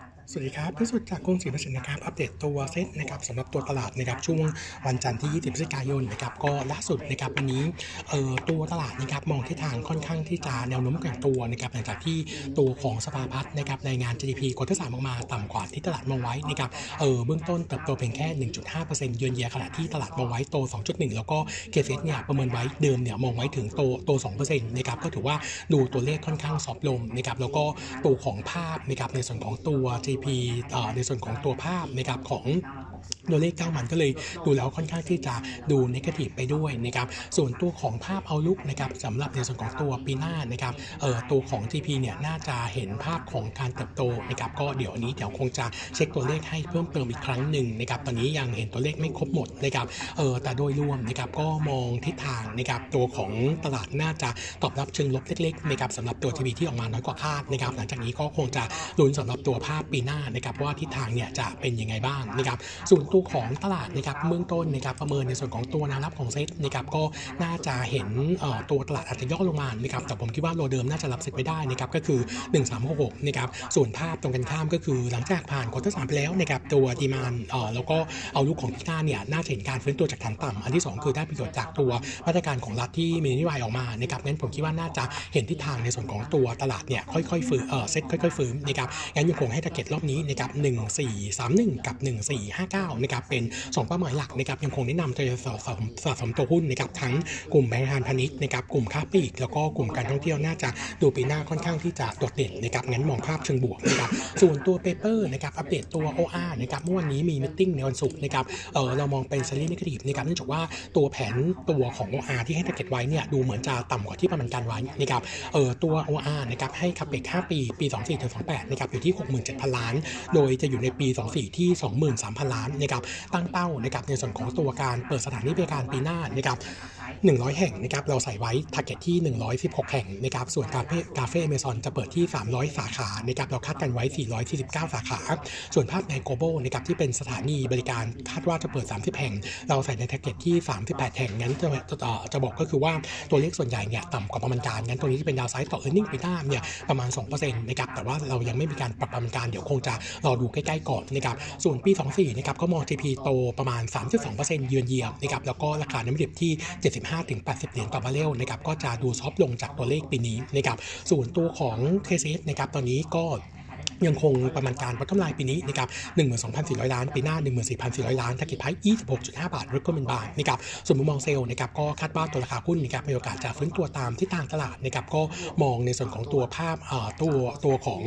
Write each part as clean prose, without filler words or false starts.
สวัสดีครับที่สุดจากกรุงศรีประสิทธิ์นะครับอัปเดตตัวเซ็ตนะครับสำหรับตัวตลาดนะครับช่วงวันจันทร์ที่20พฤศจิกายนนะครับก็ล่าสุดนะครับวันนี้ตัวตลาดนะครับมองทิศทางค่อนข้างที่จะแนวโน้มแข็งตัวนะครับหลังจากที่ตัวของสภาพัฒน์นะครับรายงาน GDP ควอเตอร์3ออกมาต่ำกว่าที่ตลาดมองไว้นะครับเบื้องต้นเติบโตเพียงแค่ 1.5% เยือนเยียขณะที่ตลาดมองไว้โต 2.1 แล้วก็ KFS เนี่ยประเมินไว้เดิมเนี่ยมองไว้ถึงโต 2% นะครับก็ถือว่าดูตัวเลขค่อนข้างซอฟต์ลงนะครับแล้วก็ตัวของภาพนะครับในส่วนของตัว GDP ในส่วนของตัวภาพนะครับของตัวเลข9มันก็เลยดูแล้วค่อนข้างที่จะดูเนกาทีฟไปด้วยนะครับส่วนตัวของภาพเอาลุกนะครับสำหรับในส่วนของตัวปีหน้านะครับตัวของ GDP เนี่ยน่าจะเห็นภาพของการเติบโตนะครับก็เดี๋ยวคงจะเช็คตัวเลขให้เพิ่มเติมอีกครั้งหนึ่งนะครับตอนนี้ยังเห็นตัวเลขไม่ครบหมดนะครับแต่โดยรวมนะครับก็มองทิศทางนะครับตัวของตลาดน่าจะตอบรับเชิงลบเล็กๆนะครับสำหรับตัว GDP ที่ออกมาน้อยกว่าคาดนะครับหลังจากนี้ก็คงจะลุ้นสำหรับตัวภาพปีหน้านะครับว่าทิศทางเนี่ยจะเป็นยังไงบ้างนะครับส่วนตัวของตลาดนะครับเบื้องต้นนะครับประเมินในส่วนของตัวแนวรับของเซ็ตนะครับก็น่าจะเห็นตัวตลาดอาจจะย่อลงมานะครับแต่ผมคิดว่าโลเดิมน่าจะรับเซ็ตไปได้นะครับก็คือ1366นะครับส่วนภาพตรงกันข้ามก็คือหลังจากผ่านควอเตอร์3ไปแล้วนะครับตัวดีมานด์แล้วก็เอาลุกของปีหน้าเนี่ยน่าจะเห็นการฟื้นตัวจากฐานต่ำอันที่2คือได้ประโยชน์จากตัวมาตรการของรัฐที่มีนโยบายออกมานะครับงั้นผมคิดว่าน่าจะเห็นทิศทางในส่วนของตัวตลาดเนี่ยค่อยๆฟื้นเซ็ตค่อยๆฟื้นนะครับงั้นยังคงให้ target รอบนี้นะครับ1431กับ1459นะครับเป็น2เป้าหมายหลักนะครับยังคงแนะนำจะสะสมตัวหุ้นนะครับทั้งกลุ่มแบงก์พาณิชย์นะครับกลุ่มค้าปลีกแล้วก็กลุ่มการท่องเที่ยวน่าจะดูปีหน้าค่อนข้างที่จะโดดเด่นนะครับงั้นมองภาพเชิงบวกนะครับส่วนตัวเปเปอร์นะครับอัปเดตตัว OR นะครับเมื่อวันนี้มีมีตติ้งในวันศุกร์นะครับเรามองเป็นซีรีส์เนกาทีฟนะครับเนื่องจากว่าตัวแผนตัวของ OR ที่ให้ target ไว้เนี่ยดูเหมือนจะต่ำกว่าที่ประมาณการไว้นะครับตัว OR นะครับให้ capex 5 ปี24ถึง28นะครับอยู่ที่ 67,000 ล้านโดยจะอยู่ในปี24ที่ 23,000 ล้านนะครับตั้งเป้านะครับในส่วนของตัวการเปิดสถานที่บริการปีหน้านะครับ100 แห่งนะครับเราใส่ไว้ target ที่116 แห่งนะครับส่วนคาเฟ่เมซอนจะเปิดที่300 สาขานะครับเราคาดกันไว้449 สาขาส่วนภาพในโกลบอลนะครับที่เป็นสถานีบริการคาดว่าจะเปิด30 แห่งเราใส่ใน target ที่38 แห่งงั้นจะบอกก็คือว่าตัวเลขส่วนใหญ่เนี่ยต่ำกว่าประมาณการงั้นตัวนี้จะเป็นดาวไซด์ต่อ earning ปีหน้าเนี่ยประมาณ 2% นะครับแต่ว่าเรายังไม่มีการปรับประมาณการเดี๋ยวคงจะรอดูใกล้ๆก่อนนะครับส่วนปี24นะครับก็มอง GDP โตประมาณ 3.2% เยือนเยียนะครับแล้วก็ราคาน้ำมันดิบที่75-80 เหรียญต่อบาร์เรลนะครับก็จะดูซอฟต์ลงจากตัวเลขปีนี้นะครับส่วนตัวของ KCS นะครับตอนนี้ก็ยังคงประมาณการ bottom line ปีนี้นะครับ 12,400 ล้านปีหน้า 14,400 ล้าน target price 26.5 บาท recommend buy นะครับส่วนมุมมองเซลล์นะครับก็คาดว่าตัวราคาหุ้นนะครับมีโอกาสจะฟื้นตัวตามทิศทางตลาดนะครับก็มองในส่วนของตัวภาพตัวของ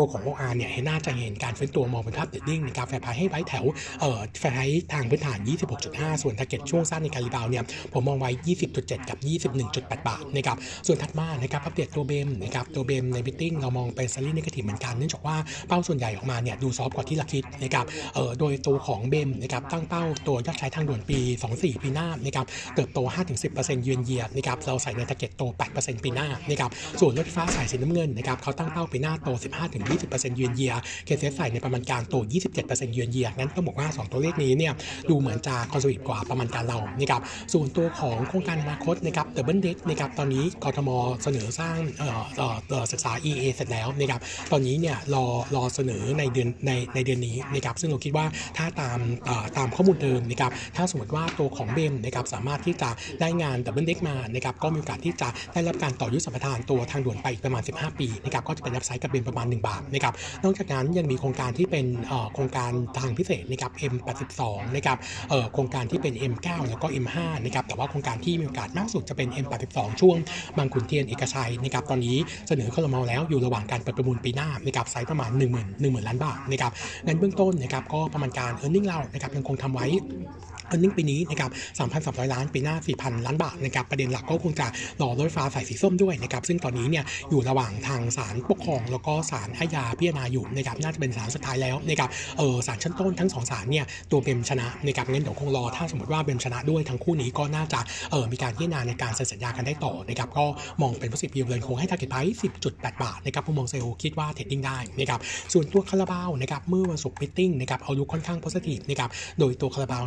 OR เนี่ยน่าจะเห็นการฟื้นตัวมองเป็นภาพ trading นะครับแฟร์ไพรซ์ให้ไว้แถวแฟร์ไพรซ์ทางพื้นฐาน 26.5 ส่วน target ช่วงสั้นในการรีบาวเนี่ยผมมองไว้ 20.7 กับ 21.8 บาทนะครับส่วนถัดมานะครับอัปเดตตัวเบมนะครับตัวเบมในมิทติ้งเรามองเป็นซีรีส์เนกาทีฟเหมือนกันเนื่องจากว่าเป้าส่วนใหญ่ออกมาเนี่ยดูซอฟต์กว่าที่เราคิดนะครับโดยตัวของเบมนะครับตั้งเป้าตัวยอดใช้ทางด่วนปี24ปีหน้านะครับเติบโต 5-10% เยือนเยียนะครับเราใส่ใน target โต 8% ปีหน้านะครับส่วนรถไฟฟ้าสายสีน้ำเงินนะครับเขาตั้งเป้าปีหน้าโต 15-20% เยือนเยียเคเซใส่ในประมาณการโต 27% เยือนเยียงั้นต้องบอกว่า2ตัวเลขนี้เนี่ยดูเหมือนจะคอนเซอร์เวทีฟกว่าประมาณการเรานะครับส่วนตัวของโครงการอนาคตนะครับดับเบิลเด็กนะครับตอนนี้กทมเสนอสร้างศึกษา EA เสร็จแล้วนะครับตอนนี้เนี่ยรอเสนอในเดือนนี้นะครับซึ่งเราคิดว่าถ้าตามข้อมูลเดิมนะครับถ้าสมมติว่าตัวของเบมนะครับสามารถที่จะได้งานดับเบิลเด็กมานะครับก็มีโอกาสที่จะได้รับการต่อยุทธสัมปทานตัวทางด่วนไปอีกประมาณ15 ปีนะครับก็จะเป็นอัพไซด์กับเบมประมาณ1 บาทนะครับนอกจากนั้นยังมีโครงการที่เป็นโครงการทางพิเศษนะครับ M82 นะครับโครงการที่เป็น M9 แล้วก็ M5 นะครับแต่ว่าโครงการที่มีโอกาสมากสุดจะเป็น M82 ช่วงบางขุนเทียนเอกชัยนะครับตอนนี้เสนอครม.แล้วอยู่ระหว่างการเปิดประมูลปีหน้านะครับไซส์ประมาณ10,000 ล้านบาทนะครับงั้นเบื้องต้นนะครับก็ประมาณการ earning เรานะครับยังคงทำไว้earning ปีนี้นะครับ 3,300 ล้านปีหน้า 4,000 ล้านบาทนะครับประเด็นหลักก็คงจะรอรถไฟฟ้าสายสีส้มด้วยนะครับซึ่งตอนนี้เนี่ยอยู่ระหว่างทางศาลปกครองแล้วก็ศาลอาญาพิจารณาอยู่นะครับน่าจะเป็นศาลสุดท้ายแล้วนะครับศาลชั้นต้นทั้ง2ศาลเนี่ยตัวเบมชนะนะครับงั้นเดี๋ยวคงรอถ้าสมมติว่าเบมชนะด้วยทั้งคู่นี้ก็น่าจะมีการพิจารณาในการเซ็นสัญญากันได้ต่อนะครับก็มองเป็น positive เลยคงให้ target price 10.8 บาทนะครับมุมมองเซลล์คิดว่าเทรดดิ้งได้นะครับส่วนตัวคาราบาวนะครับเมื่อวันศุกร์มิทติ้งนะครับเอาลุกค่อนข้าง positive นะครับโดยตัวคาราบาวเนี่ย target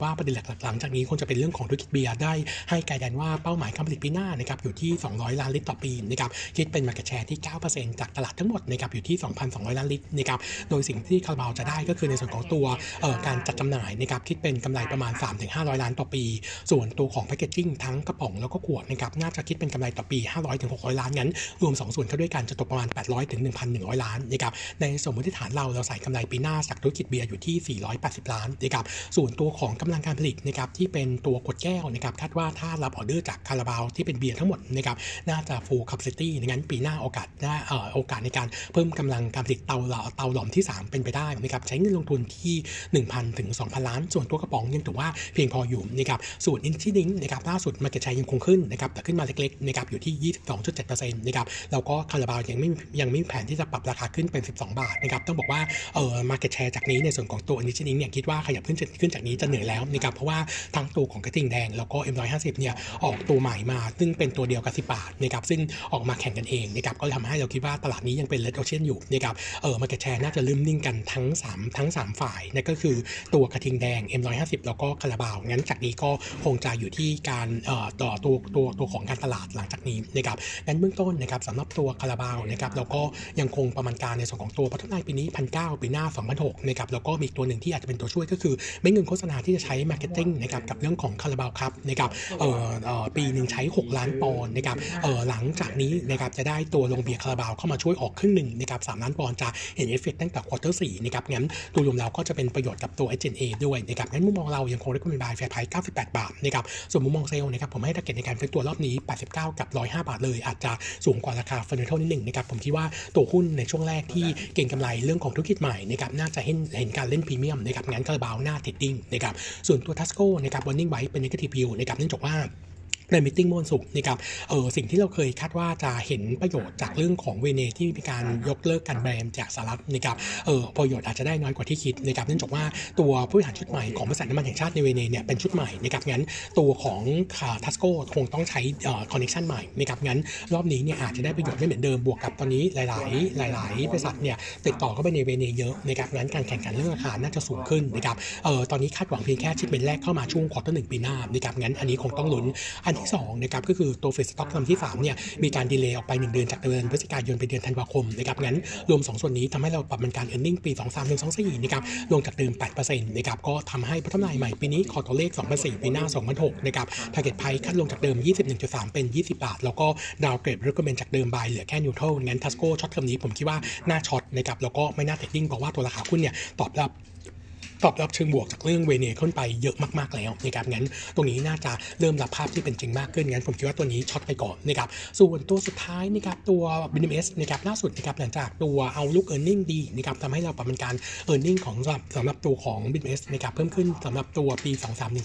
ว่าประเด็นหลักๆหลังจากนี้คงจะเป็นเรื่องของธุรกิจเบียร์ได้ให้ไกด์ไลน์ว่าเป้าหมายการผลิตปีหน้านะครับอยู่ที่200ล้านลิตรต่อปีนะครับคิดเป็น market share ที่ 9% จากตลาดทั้งหมดนะครับอยู่ที่ 2,200 ล้านลิตรนะครับโดยสิ่งที่คาราบาวจะได้ก็คือในส่วนของตัวการจัดจำหน่ายนะครับคิดเป็นกำไรประมาณ 3-500 ล้านต่อปีส่วนตัวของแพคเกจจิ้งทั้งกระป๋องแล้วก็ขวดนะครับน่าจะคิดเป็นกำไรต่อปี 500-600 ล้านงั้นรวม2ส่วนเข้าด้วยกันจะตกประมาณ 800-1,100 ล้านนะครับในสมมติฐานเราใส่กำไรปีหน้าจากธุรกิจเบียร์อยู่ที่480ล้านนะครับส่วนตัวของกำลังการผลิตนะครับที่เป็นตัวขวดแก้วนะครับคาดว่าถ้ารับออเดอร์จากคาราบาวที่เป็นเบียร์ทั้งหมดนะครับน่าจะ full capacity งั้นปีหน้าโอกาสในการเพิ่มกำลังการผลิตเตาหลอมที่3เป็นไปได้นะครับใช้เงินลงทุนที่ 1,000 ถึง 2,000 ล้านส่วนตัวกระป๋องยังถือว่าเพียงพออยู่นะครับส่วนอินที่ดิ้งนะครับล่าสุด market share ยังคงขึ้นนะครับแต่ขึ้นมาเล็กๆนะครับอยู่ที่ 22.7% นะครับแล้วก็คาราบาวยังไม่มีแผนที่จะปรับราคาขึ้นเป็น12บาทนะครับต้องบอกว่าmarket share จากนี้ในส่วนของตัวอินที่ดิ้งเนี่ยคิดว่าขยับขึ้นจากนี้จะเหนื่อยแล้วนะครับเพราะว่าทั้งตัวของกระทิงแดงแล้วก็ M150 เนี่ยออกตัวใหม่มาซึ่งเป็นตัวเดียวกับ10บาทนะครับซึ่งออกมาแข่งกันเองนะครับก็ทำให้เราคิดว่าตลาดนี้ยังเป็น Red Ocean อยู่นะครับmarket share น่าจะลืมนิ่งกันทั้ง3ฝ่ายนั่นก็คือตัวกระทิงแดง M150 แล้วก็คาราบาวงั้นจากนี้ก็คงจะอยู่ที่การต่อตัวของการตลาดหลังจากนี้นะครับงั้นเบื้องต้นนะครับสำหรับตัวคาราบาวนะครับแล้วก็ยังคงประมาณการในส่วนของตัวพัฒนาปีนี้ 1,900 ปีหน้า 2,600 นะครับแล้วก็มีตัวหนึ่งที่อาจจะเป็นตัวช่วยก็คือไม่เงินโฆษณาที่จะใช้ marketing นะครับกับเรื่องของคาราบาวครับนะครับปีนึงใช้6ล้านปอนด์นะครับหลังจากนี้นะครับจะได้ตัวโรงเบียร์คาราบาวเข้ามาช่วยออกครึ่งหนึ่งนะครับ3ล้านปอนด์จะเห็นเอฟเฟกต์ตั้งแต่ควอเตอร์4นะครับงั้นตัวรวมแล้วก็จะเป็นประโยชน์กับตัว SNA ด้วยนะครับงั้นมุมมองเรายังคงได้กำไรแฟร์ไพรซ์98 บาทนะครับส่วนมุมมองเซลล์นะครับผมให้ target ในการฟื้นตัวรอบนี้89กับ105 บาทเลยอาจจะสูงกว่าราคาฟันเดเมนทัลนิดหนึ่งนะครับผมคิดว่าตัวหุ้นในช่วงแรกที่เก็งกำไรเรื่องของธุรกิจใหม่นะครับน่าจะเห็นการเล่นพรีเมียมนะครับงั้นคาราบาวหน้าเทรดดิ้งนะครับส่วนตัวทัสโก้นะครับวอร์นิ่งไว้เป็น negative view นะครับเนื่องจากว่าในมิทติ้งเมื่อวันศุกร์นะครับสิ่งที่เราเคยคาดว่าจะเห็นประโยชน์จากเรื่องของเวเนที่มีการยกเลิกการแบนจากสหรัฐนะครับประโยชน์อาจจะได้น้อยกว่าที่คิดนะครับเนื่องจากว่าตัวผู้บริหารชุดใหม่ของบริษัทน้ำมันแห่งชาติในเวเนเนี่ยเป็นชุดใหม่นะครับงั้นตัวของทัสโก้คงต้องใช้คอนเนคชั่นใหม่นะครับงั้นรอบนี้เนี่ยอาจจะได้ประโยชน์ไม่เหมือนเดิมบวกกับตอนนี้หลายบริษัทเนี่ยติดต่อเข้าไปในเวเนเยอะนะครับงั้นการแข่งขันเรื่องราคาน่าจะสูงขึ้นนะครับตอนนี้คาดหวังเพียงแค่ชิปเมนต์แรกเข้ามาช่วงควอเตอร์1ปีหน้านะครับงั้นอันนี้คงต้องลุ้นอันที่2นะครับก็คือตัวเฟสสต็อกลำที่3เนี่ยมีการดีเลย์ออกไป1เดือนจากเดือนพฤศจิกายนไปเดือนธันวาคมนะครับงั้นรวม2ส่วนนี้ทำให้เราปรับเป็นการ earning ปี23-24นะครับลงจากเดิม 8% นะครับก็ทำให้พัฒนาใหม่ปีนี้ขอตัวเลข2004ปีหน้า2006นะครับ target price คัดลงจากเดิม 21.3 เป็น20 บาทแล้วก็ดาวเกรด recommend จากเดิม buy เหลือแค่ neutral งั้น Tasco ช็อตเทอมนี้ผมคิดว่าน่าช็อตนะครับแล้วก็ไม่น่าเทรดดิ้งเพราะว่าตัวราคาหุ้นเนี่ยตอบรับเชิงบวกจากเรื่องเวเนขึ้นไปเยอะมากๆแล้วนะครับงั้นตรงนี้น่าจะเริ่มรับภาพที่เป็นจริงมากขึ้นงั้นผมคิดว่าตัวนี้ช็อตไปก่อนนะครับส่วนตัวสุดท้ายนะครับตัว BMS นะครับล่าสุดนะครับหลังจากตัวเอาลุก earning ดีนะครับทำให้เราปรับเป็นการ earning ของสำหรับตัวของ BMS นะครับเพิ่มขึ้นสำหรับตัวปี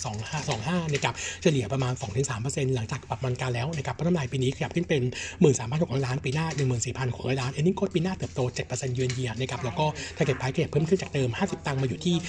23-25นะครับเฉลี่ยประมาณ 2-3% หลังจากปรับมันการแล้วนะครับพัฒนาปีนี้ขยับขึ้นเป็น 13,600 ล้านปีหน้า 14,600 ล้าน earning growth ปีหน้าเติบโต 7% year-on-year นะครับแล้วก็ target price ขยับเพิ่มขึ้นจากเดิม50ตังค์มาอยู่ที่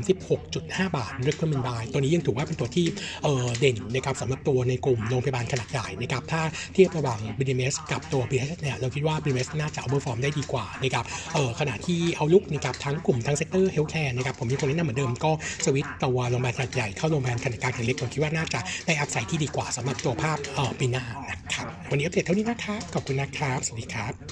36.5 บาท recommend buy ตัวนี้ยังถือว่าเป็นตัวที่เด่นนะครับสำหรับตัวในกลุ่มโรงพยาบาลขนาดใหญ่นะครับถ้าเทียบระหว่าง BDMs กับตัว BHS เนี่ยเราคิดว่า BDMs น่าจะ outperform ได้ดีกว่านะครับขณะที่เอาลุกนะครับทั้งกลุ่มทั้งเซกเตอร์ healthcare นะครับผมมีคนแนะนำเหมือนเดิมก็สวิตช์ตัวโรงพยาบาลขนาดใหญ่เข้าโรงพยาบาลขนาดกลางขนาดเล็กผมคิดว่าน่าจะได้อัพไซด์ที่ดีกว่าสำหรับตัวภาพปีหน้านะครับวันนี้อัปเดตเท่านี้นะครับขอบคุณนะครับสวัสดีครับ